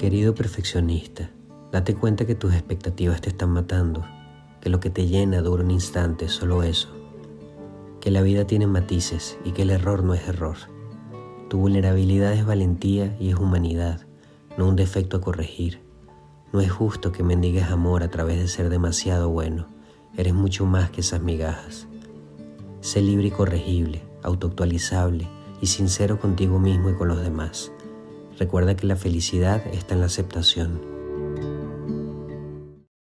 Querido perfeccionista, date cuenta que tus expectativas te están matando, que lo que te llena dura un instante, solo eso, que la vida tiene matices y que el error no es error. Tu vulnerabilidad es valentía y es humanidad, no un defecto a corregir. No es justo que mendigues amor a través de ser demasiado bueno, eres mucho más que esas migajas. Sé libre y corregible, autoactualizable y sincero contigo mismo y con los demás. Recuerda que la felicidad está en la aceptación.